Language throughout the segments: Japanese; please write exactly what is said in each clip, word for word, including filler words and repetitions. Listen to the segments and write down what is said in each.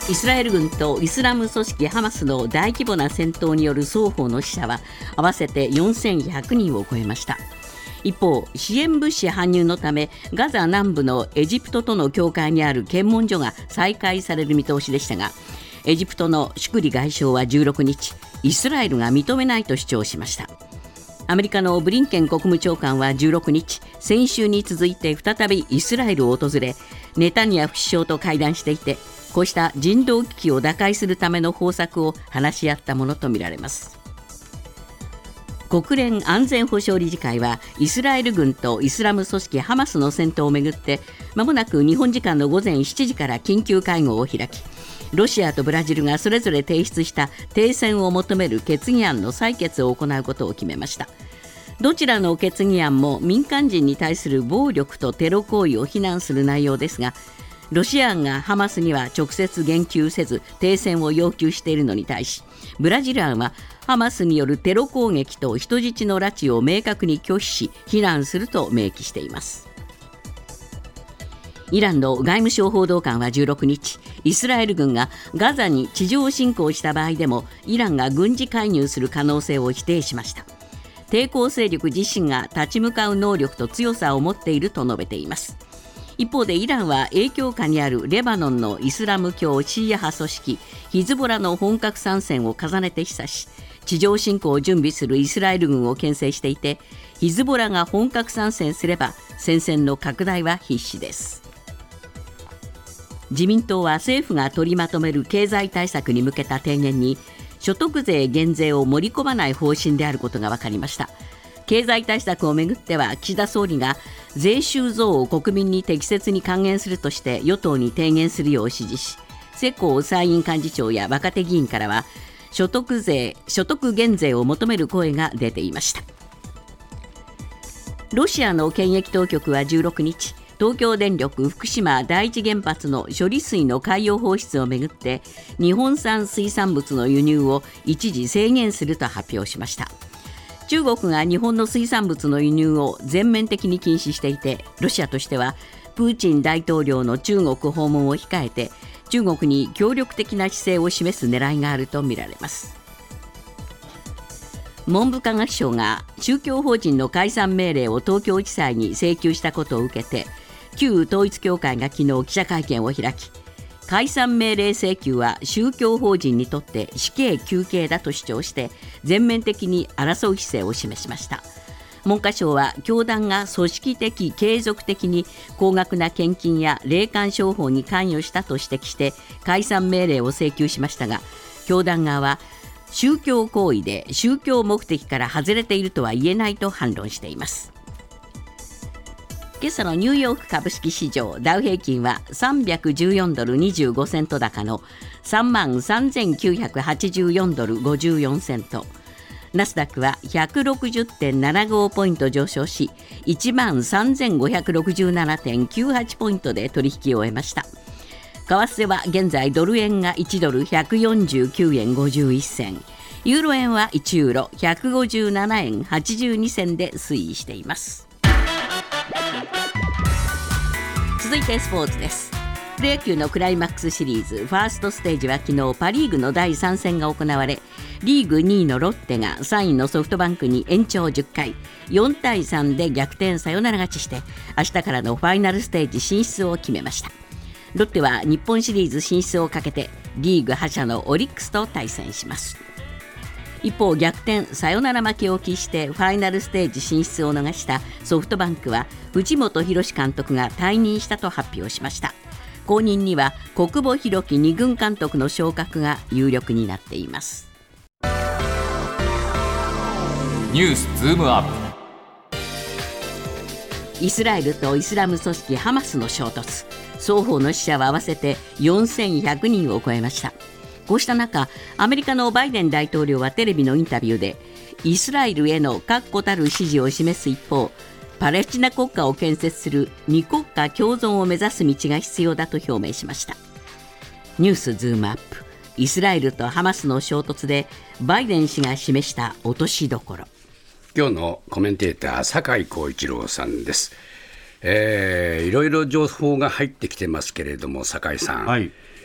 イスラエル軍とイスラム組織ハマスの大規模な戦闘による双方の死者は合わせてよんせんひゃくにんを超えました。一方、支援物資搬入のためガザ南部のエジプトとの境界にある検問所が再開される見通しでしたが、エジプトのシュクリ外相はじゅうろくにち、イスラエルが認めないと主張しました。アメリカのブリンケン国務長官はじゅうろくにち、先週に続いて再びイスラエルを訪れ、ネタニヤフ首相と会談していて、こうした人道危機を打開するための方策を話し合ったものとみられます。国連安全保障理事会はイスラエル軍とイスラム組織ハマスの戦闘をめぐってまもなく日本時間のごぜんしちじから緊急会合を開き、ロシアとブラジルがそれぞれ提出した停戦を求める決議案の採決を行うことを決めました。どちらの決議案も民間人に対する暴力とテロ行為を非難する内容ですが、ロシア軍がハマスには直接言及せず停戦を要求しているのに対し、ブラジル案はハマスによるテロ攻撃と人質の拉致を明確に拒否し非難すると明記しています。イランの外務省報道官はじゅうろくにち、イスラエル軍がガザに地上侵攻した場合でもイランが軍事介入する可能性を否定しました。抵抗勢力自身が立ち向かう能力と強さを持っていると述べています。一方でイランは影響下にあるレバノンのイスラム教シーア派組織ヒズボラの本格参戦を重ねて示唆し、地上侵攻を準備するイスラエル軍を牽制していて、ヒズボラが本格参戦すれば戦線の拡大は必至です。自民党は政府が取りまとめる経済対策に向けた提言に所得税減税を盛り込まない方針であることが分かりました。経済対策をめぐっては岸田総理が税収増を国民に適切に還元するとして与党に提言するよう指示し、世耕参院幹事長や若手議員からは所得税、所得減税を求める声が出ていました。ロシアの検疫当局はじゅうろくにち、東京電力福島第一原発の処理水の海洋放出をめぐって日本産水産物の輸入を一時制限すると発表しました。中国が日本の水産物の輸入を全面的に禁止していて、ロシアとしてはプーチン大統領の中国訪問を控えて中国に協力的な姿勢を示す狙いがあるとみられます。文部科学省が宗教法人の解散命令を東京地裁に請求したことを受けて、旧統一教会が昨日記者会見を開き、解散命令請求は宗教法人にとって死刑求刑だと主張して全面的に争う姿勢を示しました。文科省は教団が組織的継続的に高額な献金や霊感商法に関与したと指摘して解散命令を請求しましたが、教団側は宗教行為で宗教目的から外れているとは言えないと反論しています。今朝のニューヨーク株式市場ダウ平均はさんびゃくじゅうよんドルにじゅうごセント高の さんまんさんぜんきゅうひゃくはちじゅうよんドルごじゅうよんセント、ナスダックは ひゃくろくじゅってんななご ポイント上昇し いちまんさんぜんごひゃくろくじゅうななてんきゅうはち ポイントで取引を終えました。為替は現在ドル円がいちドルひゃくよんじゅうきゅうえんごじゅういっせん、ユーロ円はいちユーロひゃくごじゅうななえんはちじゅうにせんで推移しています。続いてスポーツです。プロ野球のクライマックスシリーズファーストステージは昨日パリーグのだいさん戦が行われ、リーグにいのロッテがさんいのソフトバンクに延長じゅっかいよんたいさんで逆転サヨナラ勝ちして明日からのファイナルステージ進出を決めました。ロッテは日本シリーズ進出をかけてリーグ覇者のオリックスと対戦します。一方、逆転サヨナラ負けを喫してファイナルステージ進出を逃したソフトバンクは藤本博史監督が退任したと発表しました。後任には小久保裕紀に軍監督の昇格が有力になっています。 ニュースズームアップ。イスラエルとイスラム組織ハマスの衝突、双方の死者は合わせてよんせんひゃくにんを超えました。こうした中、アメリカのバイデン大統領はテレビのインタビューでイスラエルへの確固たる支持を示す一方、パレスチナ国家を建設する二国家共存を目指す道が必要だと表明しました。ニュースズームアップ。イスラエルとハマスの衝突でバイデン氏が示した落としどころ。 今日のコメンテーター酒井光一郎さんです。えー、いろいろ情報が入ってきてますけれども、酒井さん、 はい、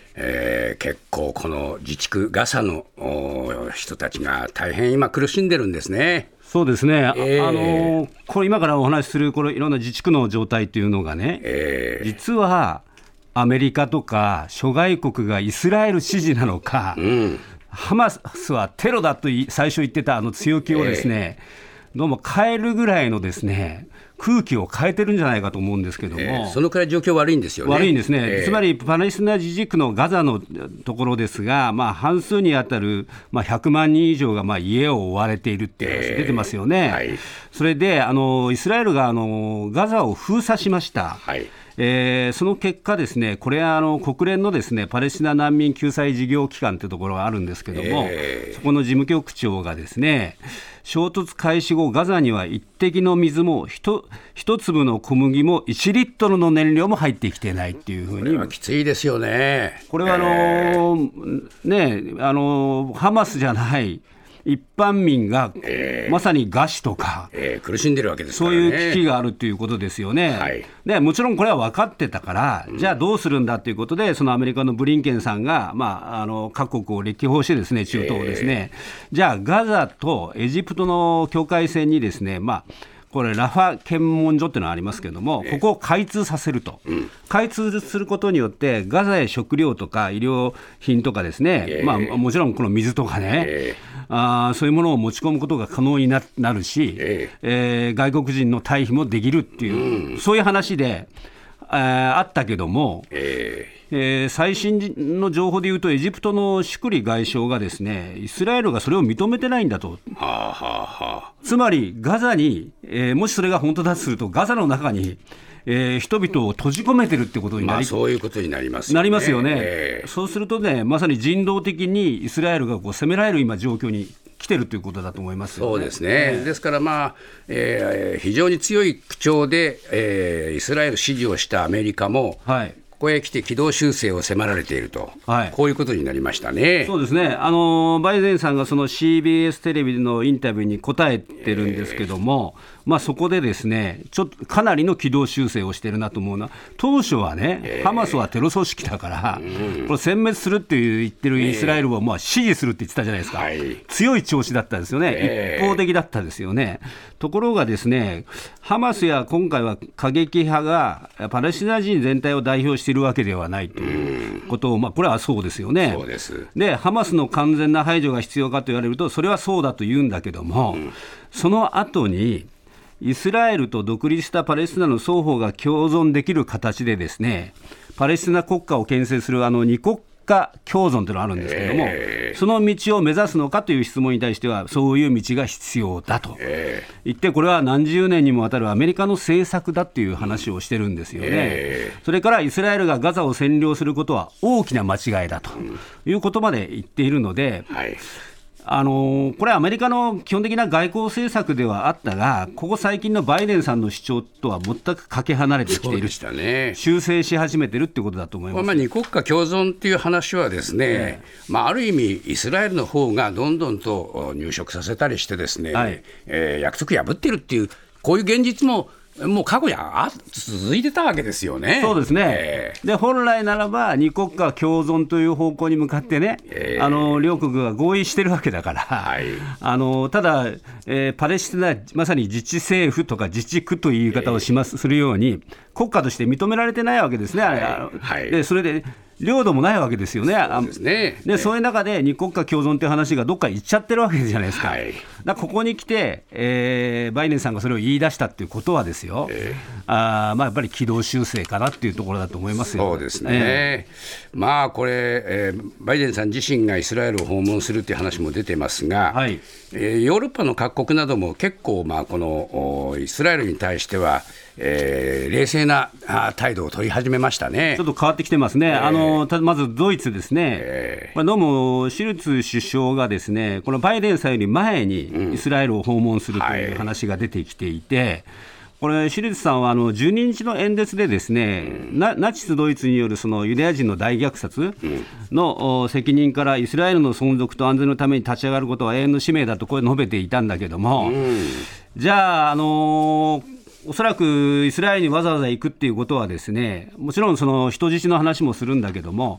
えー、結構この自治区ガザの人たちが大変今苦しんでるんですね。 そうですね、 えー、 あのこれ今からお話しするこれいろんな自治区の状態というのがね、えー、実はアメリカとか諸外国がイスラエル支持なのか、うん、ハマスはテロだと最初言ってたあの強気をですね、えー、どうも変えるぐらいのですね空気を変えてるんじゃないかと思うんですけども、えー、 そのくらい状況悪いんですよね。 悪いんですね、 えー、 つまりパレスチナ自治区のガザのところですが、まあ、半数に当たる、まあ、ひゃくまんにん以上がまあ家を追われているっていう話出てますよね、えーはい、それであのイスラエルがあのガザを封鎖しました、はい、えー、その結果ですね、これはあの国連のですねパレスチナ難民救済事業機関というところがあるんですけども、えー、そこの事務局長がですね、衝突開始後ガザには一滴の水も一粒の小麦もいちリットルの燃料も入ってきてないっていうふうに。これはきついですよね。 これはあのーね、あのー、ハマスじゃない一般民が、えー、まさに餓死とか、 えー、苦しんでるわけですからね。 そういう危機があるということですよね、はい、でもちろんこれは分かってたから、うん、じゃあどうするんだということで、そのアメリカのブリンケンさんが、まあ、あの各国を歴訪してですね、中東をですね、えー、じゃあガザとエジプトの境界線にですね、まあこれラファ検問所っていうのがありますけれども、ここを開通させると、うん、開通することによってガザへ食料とか医療品とかですね、えーまあ、もちろんこの水とかね、えー、あそういうものを持ち込むことが可能に な, なるし、えーえー、外国人の退避もできるっていう、うん、そういう話であ, あったけども、えーえー、最新の情報でいうとエジプトのシュクリ外相がですね、イスラエルがそれを認めてないんだと、はあはあはあ、つまりガザに、えー、もしそれが本当だとするとガザの中に、えー、人々を閉じ込めてるってことになり、まあ、 そういうことになりますよね。 なりますよね、 えー、 そうするとね、まさに人道的にイスラエルがこう攻められる今状況に来てるということだと思いますよね。 そうですね、えー、ですから、まあえー、非常に強い口調で、えー、イスラエル支持をしたアメリカも、はい、ここへ来て軌道修正を迫られていると、はい、こういうことになりましたね。 そうですね、あのバイデンさんがその シービーエス テレビのインタビューに答えてるんですけども、えーまあ、そこでですね、ちょっとかなりの軌道修正をしてるなと思うのは、当初はね、えー、ハマスはテロ組織だから、うん、これ殲滅するって言ってるイスラエルをまあ支持するって言ってたじゃないですか、はい、強い調子だったですよね、えー、一方的だったですよね。ところがですね、ハマスや今回は過激派がパレスチナ人全体を代表しているわけではないということを、まあ、これはそうですよね。 そうです。 で、ハマスの完全な排除が必要かと言われると、それはそうだと言うんだけども、うん、その後にイスラエルと独立したパレスチナの双方が共存できる形でですね、パレスチナ国家を建設するあの二国家共存というのがあるんですけれども、えー、その道を目指すのかという質問に対しては、そういう道が必要だと言って、これは何十年にもわたるアメリカの政策だという話をしてるんですよね、えー、それからイスラエルがガザを占領することは大きな間違いだということまで言っているので、うん、はい、あのー、これはアメリカの基本的な外交政策ではあったが、ここ最近のバイデンさんの主張とは全くかけ離れてきている、 そうでしたね、 修正し始めているということだと思います。 まあ、二国家共存という話はですね、えーまあ、ある意味イスラエルの方がどんどんと入植させたりしてですね、はい、えー、約束破ってるっていう、こういう現実ももう過去にあ続いてたわけですよね。 そうですね、えー、で本来ならば二国家共存という方向に向かってね、えー、あの両国が合意してるわけだから、はい、あのただ、えー、パレスチナまさに自治政府とか自治区という言い方をします、えー、するように国家として認められてないわけですね、はいはい、でそれで領土もないわけですよね。そうですね。で、そういう中で二国家共存という話がどっか行っちゃってるわけじゃないですか。はい、だからここに来て、えー、バイデンさんがそれを言い出したっていうことはですよ、えーあまあ、やっぱり軌道修正かなっていうところだと思いますよ。 そうですね、えー、まあこれ、えー、バイデンさん自身がイスラエルを訪問するっていう話も出てますが、はい、えー、ヨーロッパの各国なども結構、まあ、このイスラエルに対してはえー、冷静な態度を取り始めましたね。 ちょっと変わってきてますね、えー、あのまずドイツですね、えー、どうもシュルツ首相がですね、このバイデンさんより前にイスラエルを訪問するという話が出てきていて、うん、はい、これシュルツさんはあのじゅうににちの演説でですね、うん、ナ, ナチスドイツによるそのユダヤ人の大虐殺の、うん、責任からイスラエルの存続と安全のために立ち上がることは永遠の使命だとこれ述べていたんだけども、うん、じゃあ、あのーおそらくイスラエルにわざわざ行くっていうことはですね、もちろんその人質の話もするんだけども、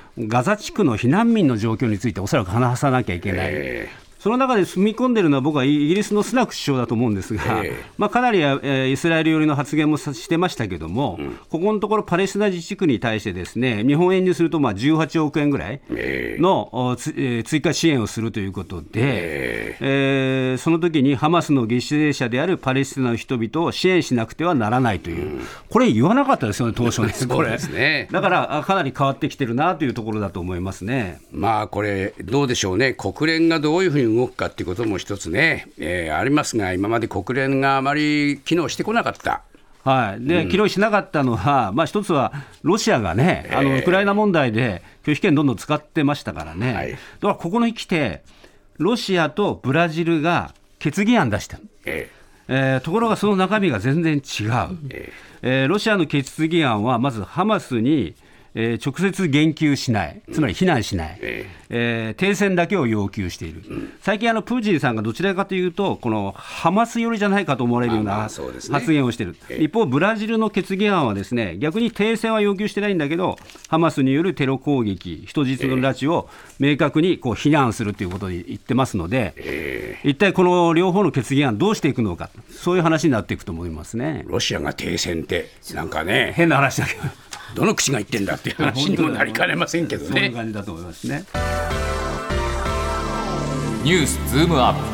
ガザ地区の避難民の状況についておそらく話さなきゃいけない、えーその中で踏み込んでいるのは僕はイギリスのスナク首相だと思うんですが、えーまあ、かなり、えー、イスラエル寄りの発言もしてましたけども、うん、ここのところパレスチナ自治区に対してですね日本円にするとまあじゅうはちおくえんぐらいの、えー、追加支援をするということで、えーえー、その時にハマスの犠牲者であるパレスチナの人々を支援しなくてはならないという、うん、これ言わなかったですよね当初ねこれですね。だからかなり変わってきてるなというところだと思いますね。 まあこれどうでしょうね、国連がどういうふうに動くかということも一つね、えー、ありますが、今まで国連があまり機能してこなかった。 はいでうん、機能しなかったのは、まあ、一つはロシアがね、えー、あのウクライナ問題で拒否権どんどん使ってましたからね、はい、だからここに来てロシアとブラジルが決議案出した、えーえー、ところがその中身が全然違う、えーえー、ロシアの決議案はまずハマスにえー、直接言及しない、つまり非難しない、えーえー、停戦だけを要求している、うん、最近あのプーチンさんがどちらかというとこのハマス寄りじゃないかと思われるような発言をしている、えー、一方ブラジルの決議案はですね逆に停戦は要求してないんだけどハマスによるテロ攻撃人質の拉致を明確にこう非難するということを言ってますので、えー、一体この両方の決議案どうしていくのか、そういう話になっていくと思いますね。 ロシアが停戦ってなんかね変な話だけどどの口が言ってんだっていう話にもなりかねませんけどね。 そういう感じだと思いますね。 ニュースズームアップ。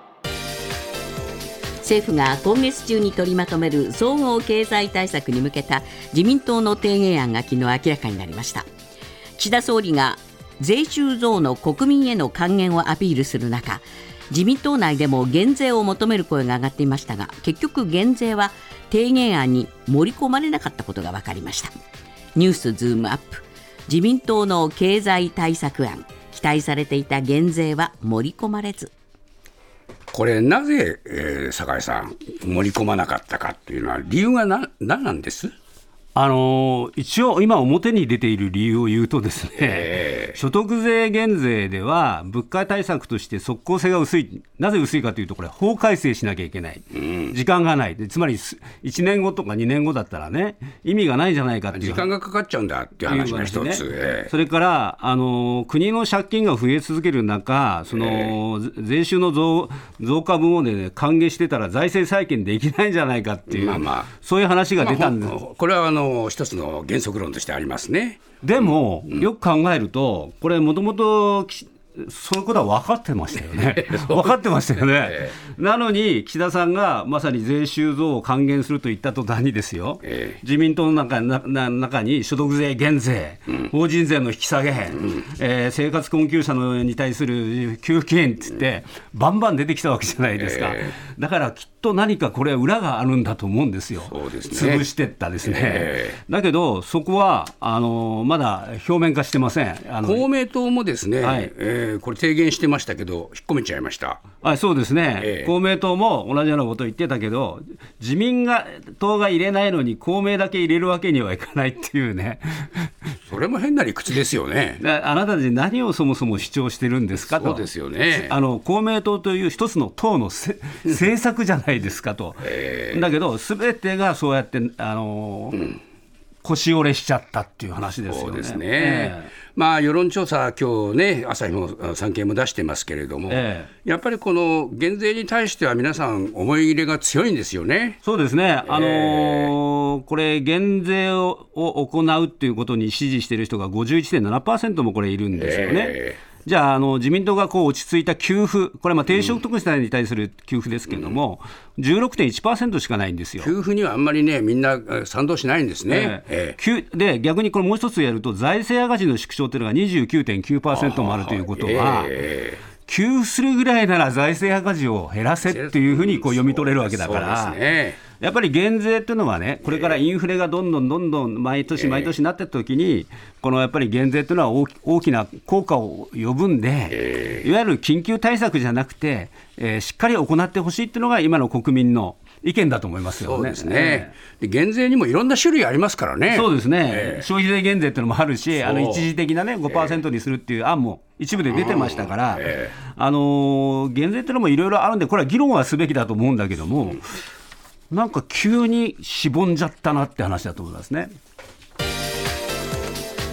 政府が今月中に取りまとめる総合経済対策に向けた自民党の提言案が昨日明らかになりました。岸田総理が税収増の国民への還元をアピールする中、自民党内でも減税を求める声が上がっていましたが、結局減税は提言案に盛り込まれなかったことが分かりました。ニュースズームアップ。自民党の経済対策案、期待されていた減税は盛り込まれず。 これなぜ、えー、酒井さん盛り込まなかったかというのは理由が何なんです？ あの一応今表に出ている理由を言うとですね、えー、所得税減税では物価対策として即効性が薄い。なぜ薄いかというとこれ法改正しなきゃいけない、うん、時間がないで、つまりいちねんごとかにねんごだったらね意味がないんじゃないかっていう時間がかかっちゃうんだっていう話が一つ、ねえー、 それからあの国の借金が増え続ける中その、えー、税収の 増, 増加分を、ね、還元してたら財政再建できないんじゃないかっていう、まあまあ、そういう話が出たんです、まあ、 これはあの一つの原則論としてありますね。 でも、うん、よく考えるとこれもともとそういうことは分かってましたよね分かってましたよね、えー、なのに岸田さんがまさに税収増を還元すると言った途端にですよ、えー、自民党の中, な中に所得税減税、うん、法人税の引き下げ、うんえー、生活困窮者のに対する給付金って言って、うん、バンバン出てきたわけじゃないですか、えー、だからきっと何かこれ裏があるんだと思うんですよ。 そうですね、 潰してったですね、 えー、 だけどそこはあのまだ表面化してません。あの公明党もですね、はいえーこれ提言してましたけど引っ込めちゃいました。 あそうですね、ええ、公明党も同じようなことを言ってたけど自民党が入れないのに公明だけ入れるわけにはいかないっていうねそれも変な理屈ですよね。 あなたたち何をそもそも主張してるんですかと。 そうですよね。 あの公明党という一つの党の政策じゃないですかと、えー、だけど全てがそうやってあの、うん、腰折れしちゃったっていう話ですよね。 そうですね、えーまあ、世論調査今日ね朝日も産経も出してますけれども、ええ、やっぱりこの減税に対しては皆さん思い入れが強いんですよね。 そうですね、あのー、これ減税を行うっていうことに支持している人が ごじゅういってんななパーセント もこれいるんですよね、ええじゃあ、あの自民党がこう落ち着いた給付、これはまあ低所得者に対する給付ですけれども、うん、じゅうろくてんいちパーセント しかないんですよ。 給付にはあんまりねみんな賛同しないんですね、ええええ、で逆にこれもう一つやると財政赤字の縮小というのが にじゅうきゅうてんきゅうパーセント もあるということは、ええ、給付するぐらいなら財政赤字を減らせっていうふうにこう読み取れるわけだから、そうですね、やっぱり減税っていうのはね、これからインフレがどんどんどんどん毎年毎年なっていったときに、このやっぱり減税っていうのは 大, 大きな効果を呼ぶんで、いわゆる緊急対策じゃなくて、えー、しっかり行ってほしいっていうのが今の国民の意見だと思いますよね。 そうですね、で減税にもいろんな種類ありますからね。 そうですね、えー、消費税減税っていうのもあるし、あの一時的な、ね、ごパーセントにするっていう案も一部で出てましたから、えーあのー、減税っていうのもいろいろあるんで、これは議論はすべきだと思うんだけども、うんなんか急にしぼんじゃったなって話だと思いますね。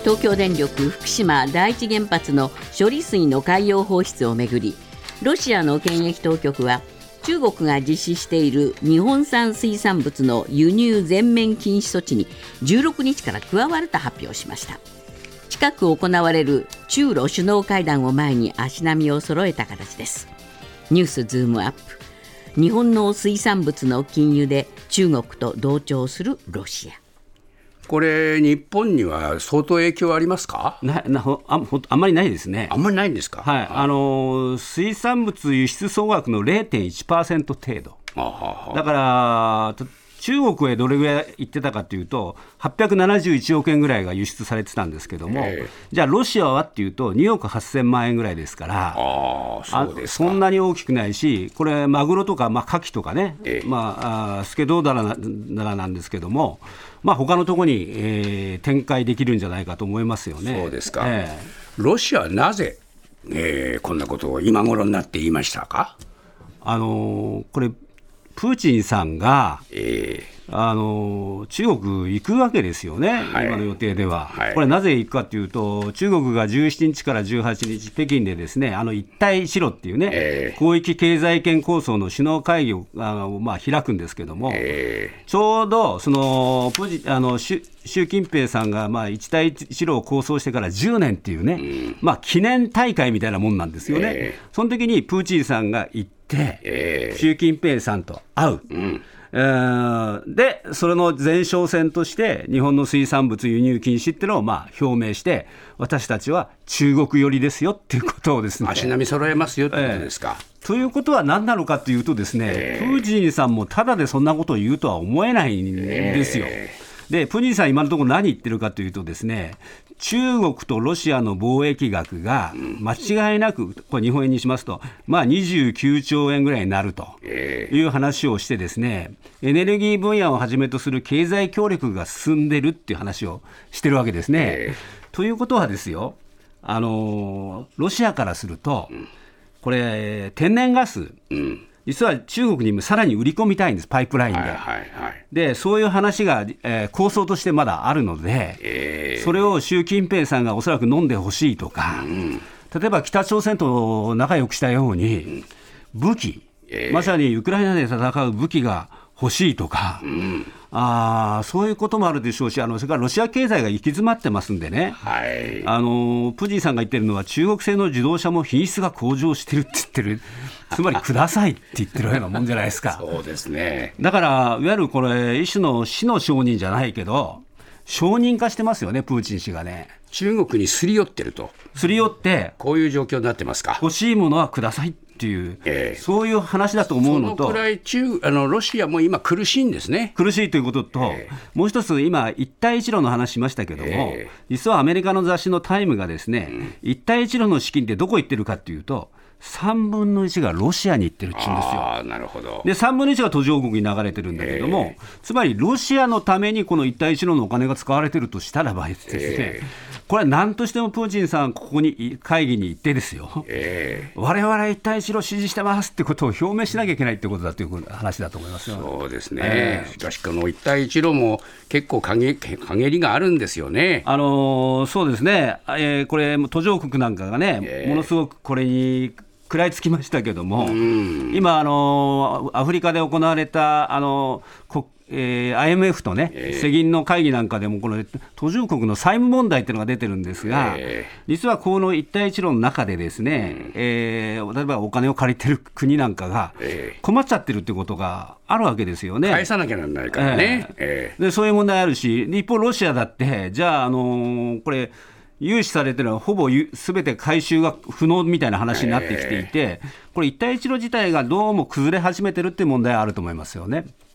東京電力福島第一原発の処理水の海洋放出をめぐり、ロシアの検疫当局は中国が実施している日本産水産物の輸入全面禁止措置にじゅうろくにちから加わると発表しました。近く行われる中ロ首脳会談を前に足並みを揃えた形です。ニュースズームアップ。日本の水産物の禁輸で中国と同調するロシア。 これ日本には相当影響ありますか？ なな あ, あんまりないですね。 あんまりないんですか？ はい、あの水産物輸出総額の れいてんいちパーセント 程度。あははだから中国へどれぐらい行ってたかというとはっぴゃくななじゅういちおくえんぐらいが輸出されてたんですけども、えー、じゃあロシアはっていうとにおくはっせんまんえんぐらいですから、 あそうですか。 そんなに大きくないし、これマグロとか、まあ、牡蠣とかね、えーまあ、あスケドウダラ な, ならなんですけども、まあ、他のところに、えー、展開できるんじゃないかと思いますよね。 そうですか、 えー、ロシアはなぜ、えー、こんなことを今頃になって言いましたか？ あのー、これプーチンさんが、 えーあの中国行くわけですよね、はい、今の予定では、はい、これなぜ行くかというと、中国がじゅうしちにちからじゅうはちにち北京でですね、あの一帯一路っていうね、えー、広域経済圏構想の首脳会議をあの、まあ、開くんですけども、えー、ちょうどそのポジあの習近平さんがまあ一帯一路を構想してからじゅうねんっていうね、うんまあ、記念大会みたいなもんなんですよね、えー、その時にプーチンさんが行って、えー、習近平さんと会う、うんえー、でそれの前哨戦として日本の水産物輸入禁止っていうのをまあ表明して、私たちは中国寄りですよっていうことをですね、 足並み揃えますよってことですか、 えー、ということは何なのかというとですね、えー、プーチンさんもただでそんなことを言うとは思えないんですよ、えー、でプーチンさん今のところ何言ってるかというとですね、中国とロシアの貿易額が間違いなく、これ日本円にしますと、まあ、にじゅうきゅうちょうえんぐらいになるという話をしてですね、エネルギー分野をはじめとする経済協力が進んでるっていう話をしてるわけですね。ということはですよ、あのロシアからするとこれ天然ガス、うん実は中国にもさらに売り込みたいんです、パイプラインで、はいはいはい、でそういう話が、えー、構想としてまだあるので、えー、それを習近平さんがおそらく飲んでほしいとか、うん、例えば北朝鮮と仲良くしたように武器、えー、まさにウクライナで戦う武器が欲しいとか、うん、あそういうこともあるでしょうし、あのそれからロシア経済が行き詰まってますんでね、はい、あのプーチンさんが言ってるのは中国製の自動車も品質が向上してるって言ってるつまりくださいって言ってるようなもんじゃないですかそうですね。 だからいわゆるこれ一種の死の承認じゃないけど承認化してますよね、プーチン氏がね。 中国にすり寄ってると、 すり寄ってこういう状況になってますか。 欲しいものはくださいっていう、えー、そういう話だと思うのと、 そのくらい中あのロシアも今苦しいんですね。 苦しいということと、えー、もう一つ今一帯一路の話しましたけども、えー、実はアメリカの雑誌のタイムがですね、うん、一帯一路の資金ってどこ行ってるかっていうとさんぶんのいちがロシアに行ってるっていうんですよ。 あなるほど。 でさんぶんのいちが途上国に流れてるんだけども、えー、つまりロシアのためにこの一帯一路のお金が使われてるとしたらばですね、えー、これは何としてもプーチンさんここに会議に行ってですよ、えー、我々一帯一路支持してますってことを表明しなきゃいけないってことだという話だと思いますよ。 そうですね、えー、しかしこの一帯一路も結構陰りがあるんですよね。 あのー、そうですね、えー、これ途上国なんかがね、えー、ものすごくこれに食らいつきましたけども、今あのアフリカで行われたあのこえー、アイエムエフ とね、えー、世銀の会議なんかでもこの途上国の債務問題っていうのが出てるんですが、えー、実はこの一帯一路の中でですね、うんえー、例えばお金を借りてる国なんかが困っちゃってるってことがあるわけですよね。 返さなきゃならないからね、えーえー、 でそういう問題あるし、一方ロシアだってじゃあ、あのー、これ融資されてるのはほぼすべて回収が不能みたいな話になってきていて、これ一帯一路自体がどうも崩れ始めてるっていう問題はあると思いますよね。